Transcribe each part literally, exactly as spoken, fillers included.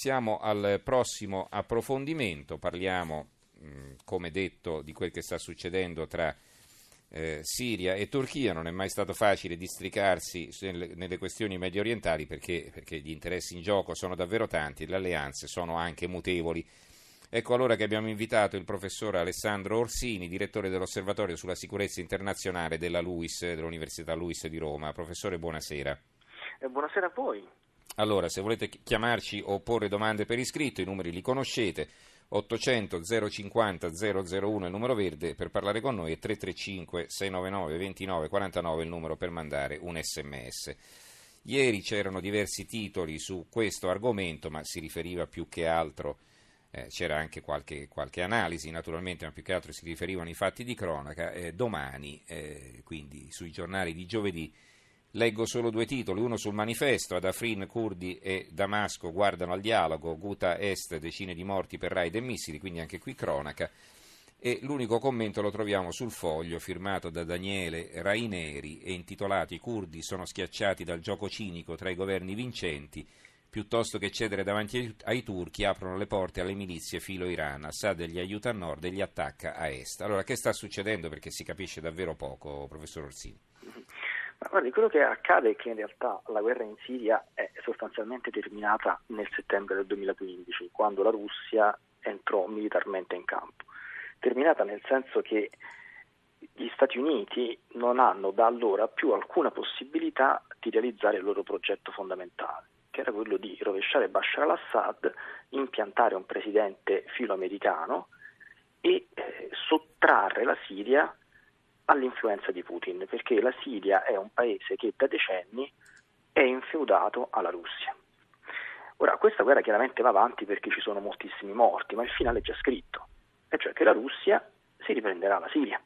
Siamo al prossimo approfondimento, parliamo, come detto, di quel che sta succedendo tra eh, Siria e Turchia. Non è mai stato facile districarsi nelle, nelle questioni medio orientali perché, perché gli interessi in gioco sono davvero tanti e le alleanze sono anche mutevoli. Ecco allora che abbiamo invitato il professor Alessandro Orsini, direttore dell'Osservatorio sulla sicurezza internazionale della LUISS, dell'Università LUISS di Roma. Professore, buonasera. Eh, buonasera a voi. Allora, se volete chiamarci o porre domande per iscritto, i numeri li conoscete, ottocento zero cinquanta zero zero uno è il numero verde per parlare con noi e tre tre cinque sei nove nove due nove quattro nove è il numero per mandare un sms. Ieri c'erano diversi titoli su questo argomento, ma si riferiva più che altro, eh, c'era anche qualche, qualche analisi naturalmente, ma più che altro si riferivano ai fatti di cronaca. Eh, domani, eh, quindi sui giornali di giovedì, leggo solo due titoli, uno sul manifesto: ad Afrin curdi e Damasco guardano al dialogo, Ghouta Est, decine di morti per raid e missili, quindi anche qui cronaca, e l'unico commento lo troviamo sul Foglio, firmato da Daniele Raineri e intitolato: i curdi sono schiacciati dal gioco cinico tra i governi vincenti, piuttosto che cedere davanti ai, ai turchi aprono le porte alle milizie filo Iran, Assad li aiuta a nord e li attacca a est. Allora, che sta succedendo? Perché si capisce davvero poco, professor Orsini. Ma guardi, quello che accade è che in realtà la guerra in Siria è sostanzialmente terminata nel settembre del duemilaquindici, quando la Russia entrò militarmente in campo. Terminata nel senso che gli Stati Uniti non hanno da allora più alcuna possibilità di realizzare il loro progetto fondamentale, che era quello di rovesciare Bashar al-Assad, impiantare un presidente filoamericano e eh, sottrarre la Siria all'influenza di Putin, perché la Siria è un paese che da decenni è infeudato alla Russia. Ora, questa guerra chiaramente va avanti perché ci sono moltissimi morti, ma il finale è già scritto, e cioè che la Russia si riprenderà la Siria.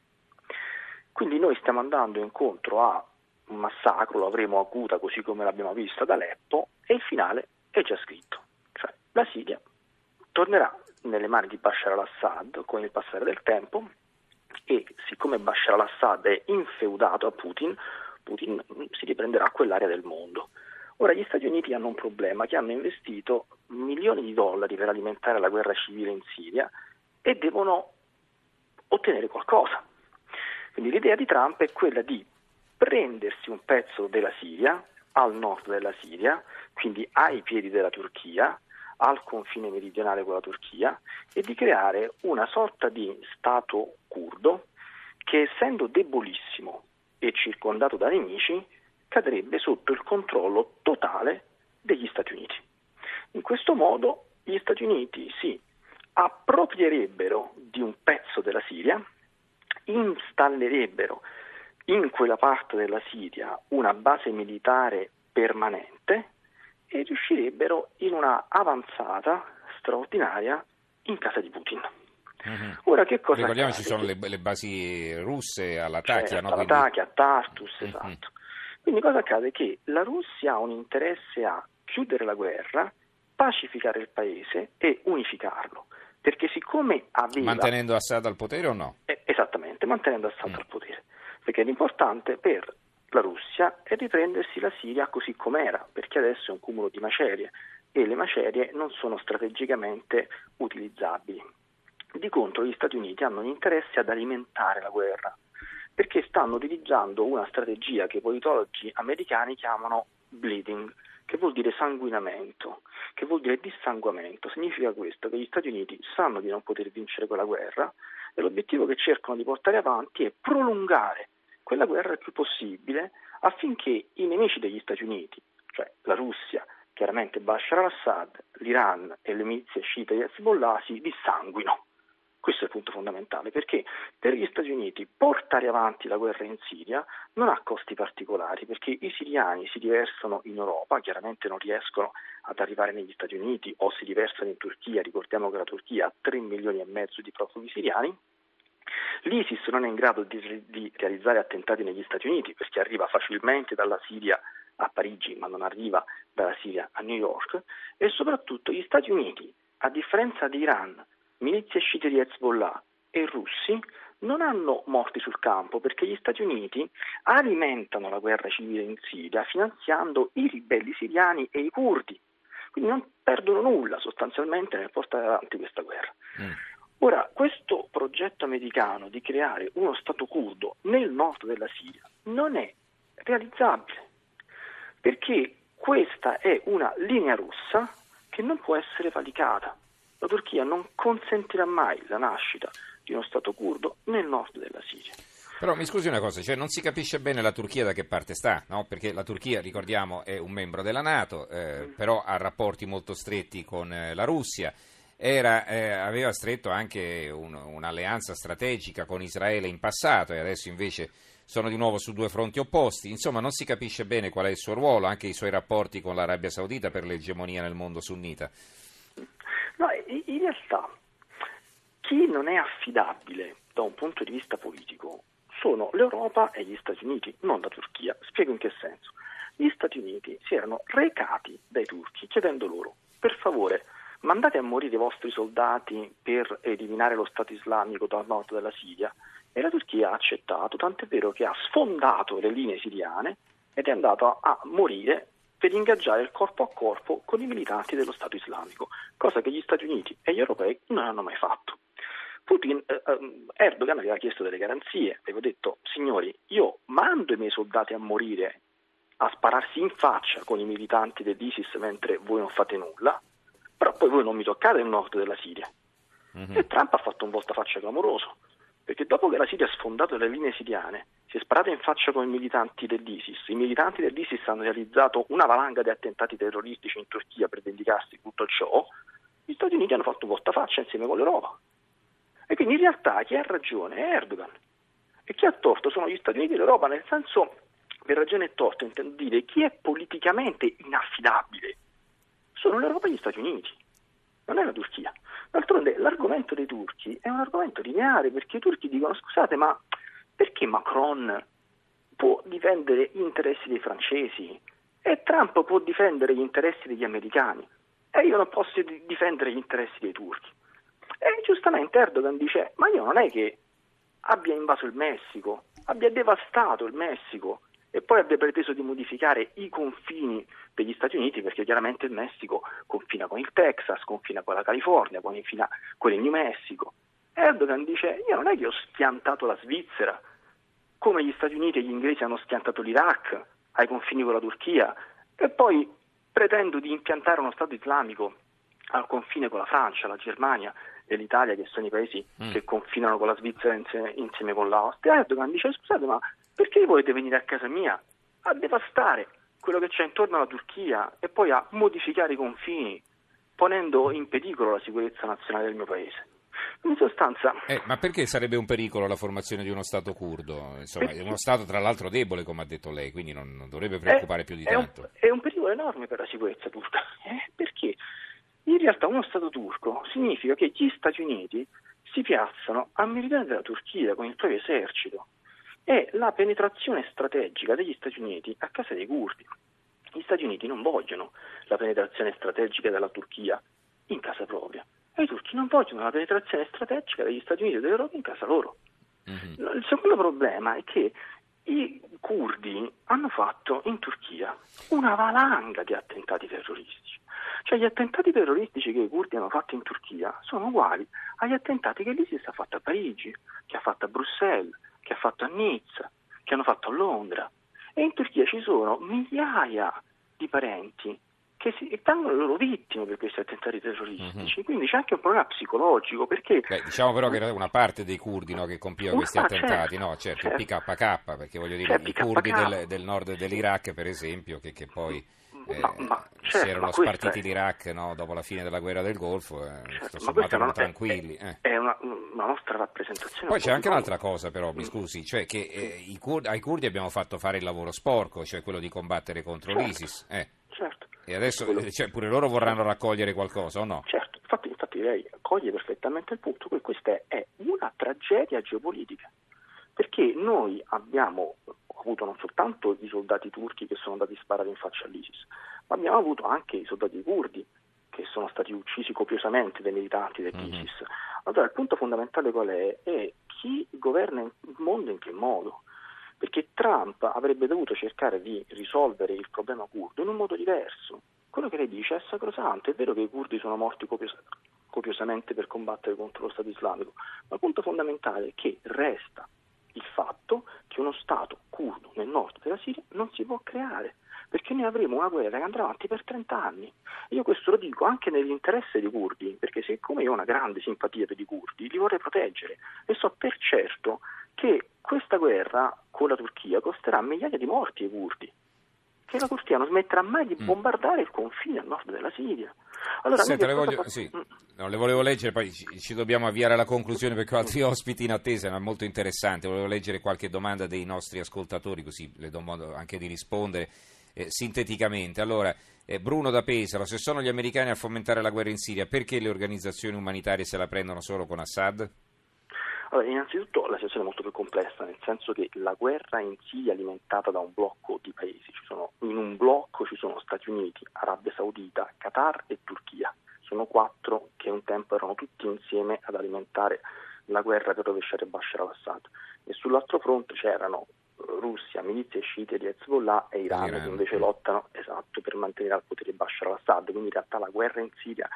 Quindi noi stiamo andando incontro a un massacro, lo avremo a Ghouta così come l'abbiamo visto ad Aleppo, e il finale è già scritto, cioè la Siria tornerà nelle mani di Bashar al-Assad con il passare del tempo, e siccome Bashar al-Assad è infeudato a Putin, Putin si riprenderà quell'area del mondo. Ora gli Stati Uniti hanno un problema, che hanno investito milioni di dollari per alimentare la guerra civile in Siria e devono ottenere qualcosa. Quindi l'idea di Trump è quella di prendersi un pezzo della Siria, al nord della Siria, quindi ai piedi della Turchia, al confine meridionale con la Turchia, e di creare una sorta di stato curdo che, essendo debolissimo e circondato da nemici, cadrebbe sotto il controllo totale degli Stati Uniti. In questo modo gli Stati Uniti si approprierebbero di un pezzo della Siria, installerebbero in quella parte della Siria una base militare permanente e riuscirebbero in una avanzata straordinaria in casa di Putin. Mm-hmm. Ora, che cosa Ricordiamo accade? ci sono le, le basi russe a Latakia, certo, no? a Latakia, Quindi... a Tartus, mm-hmm. esatto. Quindi cosa accade? Che la Russia ha un interesse a chiudere la guerra, pacificare il paese e unificarlo, perché siccome aveva... Mantenendo Assad al potere o no? Eh, esattamente, mantenendo Assad mm. al potere, perché l'importante per la Russia è riprendersi la Siria così com'era, perché adesso è un cumulo di macerie e le macerie non sono strategicamente utilizzabili. Di contro gli Stati Uniti hanno un interesse ad alimentare la guerra, perché stanno utilizzando una strategia che i politologi americani chiamano bleeding, che vuol dire sanguinamento, che vuol dire dissanguamento. Significa questo, che gli Stati Uniti sanno di non poter vincere quella guerra e l'obiettivo che cercano di portare avanti è prolungare quella guerra il più possibile affinché i nemici degli Stati Uniti, cioè la Russia, chiaramente Bashar al-Assad, l'Iran e le milizie sciite di Hezbollah, si dissanguino. Questo è il punto fondamentale, perché per gli Stati Uniti portare avanti la guerra in Siria non ha costi particolari, perché i siriani si riversano in Europa, chiaramente non riescono ad arrivare negli Stati Uniti, o si riversano in Turchia. Ricordiamo che la Turchia ha tre milioni e mezzo di profughi siriani. L'ISIS non è in grado di, di realizzare attentati negli Stati Uniti, perché arriva facilmente dalla Siria a Parigi, ma non arriva dalla Siria a New York. E soprattutto gli Stati Uniti, a differenza di Iran, milizie sciite di Hezbollah e russi, non hanno morti sul campo, perché gli Stati Uniti alimentano la guerra civile in Siria finanziando i ribelli siriani e i curdi. quindi non perdono nulla sostanzialmente nel portare avanti questa guerra. Mm. Ora, questo progetto americano di creare uno Stato curdo nel nord della Siria non è realizzabile, perché questa è una linea rossa che non può essere valicata. La Turchia non consentirà mai la nascita di uno Stato curdo nel nord della Siria. Però mi scusi una cosa, cioè non si capisce bene la Turchia da che parte sta, no? Perché la Turchia, ricordiamo, è un membro della NATO, eh, però ha rapporti molto stretti con eh, la Russia. Era, eh, aveva stretto anche un, un'alleanza strategica con Israele in passato e adesso invece sono di nuovo su due fronti opposti. Insomma, non si capisce bene qual è il suo ruolo, anche i suoi rapporti con l'Arabia Saudita per l'egemonia nel mondo sunnita. No, in realtà chi non è affidabile da un punto di vista politico sono l'Europa e gli Stati Uniti, non la Turchia. Spiego in che senso. Gli Stati Uniti si erano recati dai turchi chiedendo loro, per favore, mandate a morire i vostri soldati per eliminare lo Stato islamico dal nord della Siria, e la Turchia ha accettato, tant'è vero che ha sfondato le linee siriane ed è andato a morire per ingaggiare il corpo a corpo con i militanti dello Stato islamico, cosa che gli Stati Uniti e gli europei non hanno mai fatto. Putin, eh, Erdogan aveva chiesto delle garanzie, aveva detto, signori, io mando i miei soldati a morire, a spararsi in faccia con i militanti dell'ISIS mentre voi non fate nulla, però poi voi non mi toccate il nord della Siria. Mm-hmm. E Trump ha fatto un voltafaccia clamoroso, perché dopo che la Siria ha sfondato le linee siriane, si è sparato in faccia con i militanti dell'ISIS. I militanti dell'ISIS hanno realizzato una valanga di attentati terroristici in Turchia per vendicarsi di tutto ciò. Gli Stati Uniti hanno fatto un voltafaccia insieme con l'Europa. E quindi in realtà chi ha ragione è Erdogan. E chi ha torto sono gli Stati Uniti e l'Europa, nel senso, per ragione e torto, intendo dire, chi è politicamente inaffidabile sono l'Europa e gli Stati Uniti, non è la Turchia. D'altronde l'argomento dei turchi è un argomento lineare, perché i turchi dicono, scusate, ma perché Macron può difendere gli interessi dei francesi e Trump può difendere gli interessi degli americani e io non posso difendere gli interessi dei turchi? E giustamente Erdogan dice, ma io non è che abbia invaso il Messico, abbia devastato il Messico e poi abbia preteso di modificare i confini degli Stati Uniti, perché chiaramente il Messico confina con il Texas, confina con la California, confina con il New Mexico. Erdogan dice, io non è che ho schiantato la Svizzera, come gli Stati Uniti e gli inglesi hanno schiantato l'Iraq ai confini con la Turchia, e poi pretendo di impiantare uno Stato islamico al confine con la Francia, la Germania e l'Italia, che sono i paesi mm. che confinano con la Svizzera insieme, insieme con l'Austria. Erdogan dice, scusate, ma perché volete venire a casa mia a devastare quello che c'è intorno alla Turchia e poi a modificare i confini, ponendo in pericolo la sicurezza nazionale del mio paese? In sostanza... Eh, ma perché sarebbe un pericolo la formazione di uno Stato curdo? Insomma, perché... è uno Stato tra l'altro debole, come ha detto lei, quindi non, non dovrebbe preoccupare è, più di è tanto. Un, è un pericolo enorme per la sicurezza turca, eh? Perché in realtà uno Stato turco significa che gli Stati Uniti si piazzano a meridione della Turchia con il proprio esercito. È la penetrazione strategica degli Stati Uniti a casa dei curdi. Gli Stati Uniti non vogliono la penetrazione strategica della Turchia in casa propria e i turchi non vogliono la penetrazione strategica degli Stati Uniti e dell'Europa in casa loro. Mm-hmm. Il secondo problema è che i curdi hanno fatto in Turchia una valanga di attentati terroristici. Cioè gli attentati terroristici che i curdi hanno fatto in Turchia sono uguali agli attentati che l'ISIS ha fatto a Parigi, che ha fatto a Bruxelles, che ha fatto a Nizza, che hanno fatto a Londra. E in Turchia ci sono migliaia di parenti che si, danno le loro vittime per questi attentati terroristici. Mm-hmm. Quindi c'è anche un problema psicologico, perché... Beh, diciamo però che era una parte dei curdi, no, che compiva una, questi attentati, certo, no? Certo, certo. il P K K, perché voglio dire, certo, i curdi del, del nord dell'Iraq, per esempio, che, che poi... Eh, ma, ma, certo, si erano spartiti è... l'Iraq, no, dopo la fine della guerra del Golfo, eh, certo, sommato erano tranquilli. È, eh. è una, una nostra rappresentazione. Poi c'è anche un'altra cosa però, mi scusi, cioè che eh, i curdi, ai curdi abbiamo fatto fare il lavoro sporco, cioè quello di combattere contro certo, l'ISIS. Eh. Certo. E adesso quello... cioè, pure loro vorranno raccogliere qualcosa o no? Certo, infatti, infatti lei coglie perfettamente il punto, che questa è, è una tragedia geopolitica, perché noi abbiamo avuto non soltanto i soldati turchi che sono andati a sparare in faccia all'ISIS, ma abbiamo avuto anche i soldati curdi che sono stati uccisi copiosamente dai militanti dell'ISIS. Mm-hmm. Allora il punto fondamentale qual è? È chi governa il mondo in che modo? Perché Trump avrebbe dovuto cercare di risolvere il problema curdo in un modo diverso, quello che lei dice è sacrosanto. È vero che i curdi sono morti copios- copiosamente per combattere contro lo Stato islamico, ma il punto fondamentale è che resta il fatto che uno Stato curdo nel nord della Siria non si può creare, perché noi avremo una guerra che andrà avanti per trenta anni. Io questo lo dico anche nell'interesse dei curdi, perché siccome io ho una grande simpatia per i curdi, li vorrei proteggere e so per certo che questa guerra con la Turchia costerà migliaia di morti ai curdi, che la Turchia non smetterà mai di bombardare il confine a nord della Siria. Allora, Senta, le, voglio, fa... sì, no, le volevo leggere, poi ci, ci dobbiamo avviare alla conclusione perché ho altri ospiti in attesa, ma è molto interessante. Volevo leggere qualche domanda dei nostri ascoltatori, così le do modo anche di rispondere eh, sinteticamente. Allora, eh, Bruno da Pesaro: se sono gli americani a fomentare la guerra in Siria, perché le organizzazioni umanitarie se la prendono solo con Assad? Allora, innanzitutto la situazione è molto più complessa, nel senso che la guerra in Siria è alimentata da un blocco di paesi. Ci sono, in un blocco ci sono Stati Uniti, Arabia Saudita, Qatar e Turchia. Sono quattro che un tempo erano tutti insieme ad alimentare la guerra per rovesciare Bashar al-Assad. E sull'altro fronte c'erano Russia, milizie sciite di Hezbollah e Iran, Iran che invece lottano esatto per mantenere al potere Bashar al-Assad. Quindi in realtà la guerra in Siria...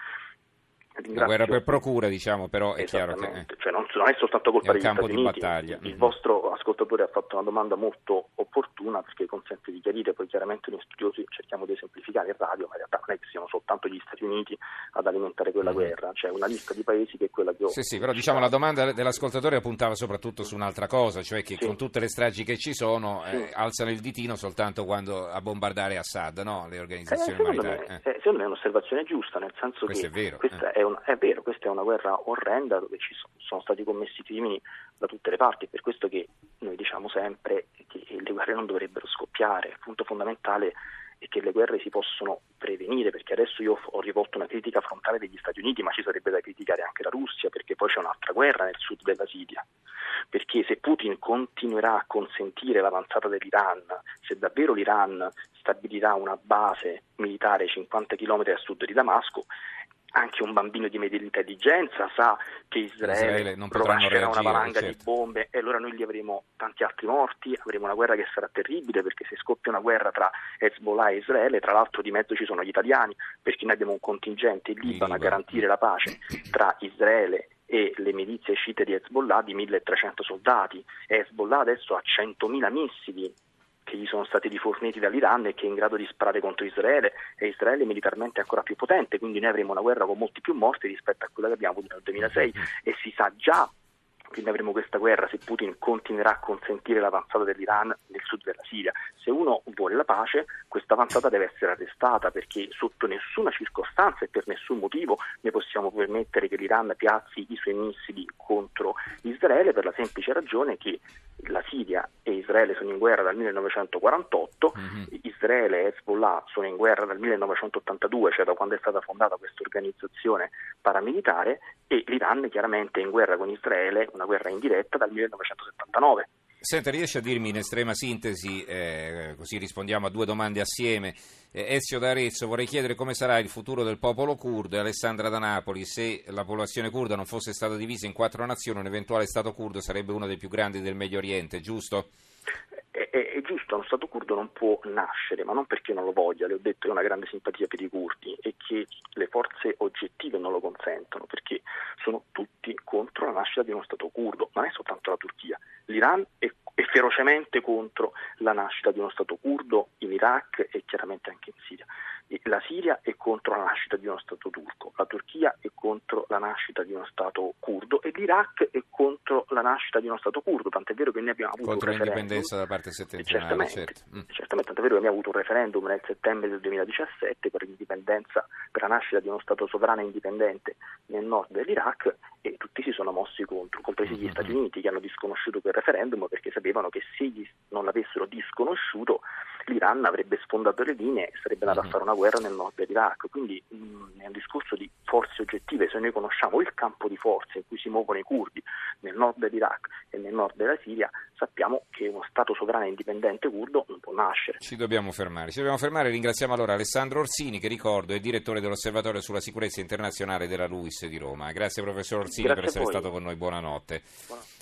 La guerra per procura, diciamo, però è chiaro che eh, cioè non, non è soltanto colpa degli Stati Uniti. Battaglia. Il, il vostro ascoltatore ha fatto una domanda molto opportuna, perché consente di chiarire. Poi chiaramente noi studiosi cerchiamo di semplificare il radio, ma in realtà non è che siano soltanto gli Stati Uniti ad alimentare quella mm. guerra, c'è una lista di paesi che è quella che ho... Sì, sì, però diciamo la domanda dell'ascoltatore puntava soprattutto su un'altra cosa, cioè che sì. con tutte le stragi che ci sono sì. eh, alzano il ditino soltanto quando a bombardare Assad, no? Le organizzazioni eh, umanitarie. Me, eh. secondo me è un'osservazione giusta, nel senso Questo che è vero, questa eh. è, una, è vero, questa è una guerra orrenda dove ci sono, sono stati commessi crimini da tutte le parti. È per questo che noi diciamo sempre che le guerre non dovrebbero scoppiare. Il punto fondamentale è che le guerre si possono prevenire, perché adesso io ho rivolto una critica frontale degli Stati Uniti, ma ci sarebbe da criticare anche la Russia, perché poi c'è un'altra guerra nel sud della Siria. Perché se Putin continuerà a consentire l'avanzata dell'Iran, se davvero l'Iran stabilirà una base militare cinquanta chilometri a sud di Damasco, anche un bambino di media intelligenza sa che Israele, Israele rovescerà una valanga certo. di bombe, e allora noi lì avremo tanti altri morti, avremo una guerra che sarà terribile, perché se scoppia una guerra tra Hezbollah e Israele, tra l'altro di mezzo ci sono gli italiani, perché noi abbiamo un contingente in Libano a garantire la pace tra Israele e le milizie sciite di Hezbollah di milletrecento soldati. Hezbollah adesso ha centomila missili che gli sono stati riforniti dall'Iran e che è in grado di sparare contro Israele, e Israele è militarmente ancora più potente, quindi noi avremo una guerra con molti più morti rispetto a quella che abbiamo avuto nel duemilasei, e si sa già che noi avremo questa guerra se Putin continuerà a consentire l'avanzata dell'Iran nel sud della Siria. Se uno vuole la pace, questa avanzata deve essere arrestata, perché sotto nessuna circostanza e per nessun motivo ne possiamo permettere che l'Iran piazzi i suoi missili contro Israele, per la semplice ragione che la Siria e Israele sono in guerra dal millenovecentoquarantotto, mm-hmm. Israele e Hezbollah sono in guerra dal millenovecentottantadue, cioè da quando è stata fondata questa organizzazione paramilitare, e l'Iran chiaramente è in guerra con Israele, una guerra indiretta, dal millenovecentosettantanove. Senta, riesce a dirmi in estrema sintesi, eh, così rispondiamo a due domande assieme, eh, Ezio da Arezzo, vorrei chiedere come sarà il futuro del popolo curdo, e Alessandra da Napoli: se la popolazione curda non fosse stata divisa in quattro nazioni, un eventuale Stato curdo sarebbe uno dei più grandi del Medio Oriente, giusto? È, è, è giusto, uno Stato curdo non può nascere, ma non perché non lo voglia. Le ho detto che ho una grande simpatia per i curdi e che le forze oggettive non lo consentono, perché sono tutti contro la nascita di uno Stato curdo. Non è soltanto la Turchia, l'Iran è, è ferocemente contro la nascita di uno Stato curdo in Iraq e chiaramente anche in Siria. E la Siria è contro la nascita di uno Stato turco, la Turchia è contro la nascita di uno Stato curdo e l'Iraq è contro la nascita di uno Stato curdo, tant'è vero che noi abbiamo avuto contro un referendum l'indipendenza da parte settentrionale, certamente, certo. Mm. certamente, tant'è vero che abbiamo avuto un referendum nel settembre del duemiladiciassette per l'indipendenza, per la nascita di uno Stato sovrano e indipendente nel nord dell'Iraq, e tutti si sono mossi contro, compresi gli mm-hmm. Stati Uniti, che hanno disconosciuto quel referendum perché sapevano che se gli non l'avessero disconosciuto l'Iran avrebbe sfondato le linee e sarebbe andato mm-hmm. a fare una guerra nel nord dell'Iraq. Quindi mh, è un discorso di forze oggettive. Se noi conosciamo il campo di forze in cui si muovono i curdi nel nord dell'Iraq e nel nord della Siria, sappiamo che uno Stato sovrano e indipendente curdo non può nascere. Ci dobbiamo fermare, ci dobbiamo fermare. Ringraziamo allora Alessandro Orsini, che ricordo è direttore dell'Osservatorio sulla sicurezza internazionale della LUISS di Roma. Grazie professor Orsini. Grazie per essere stato con noi, buonanotte. Buonanotte.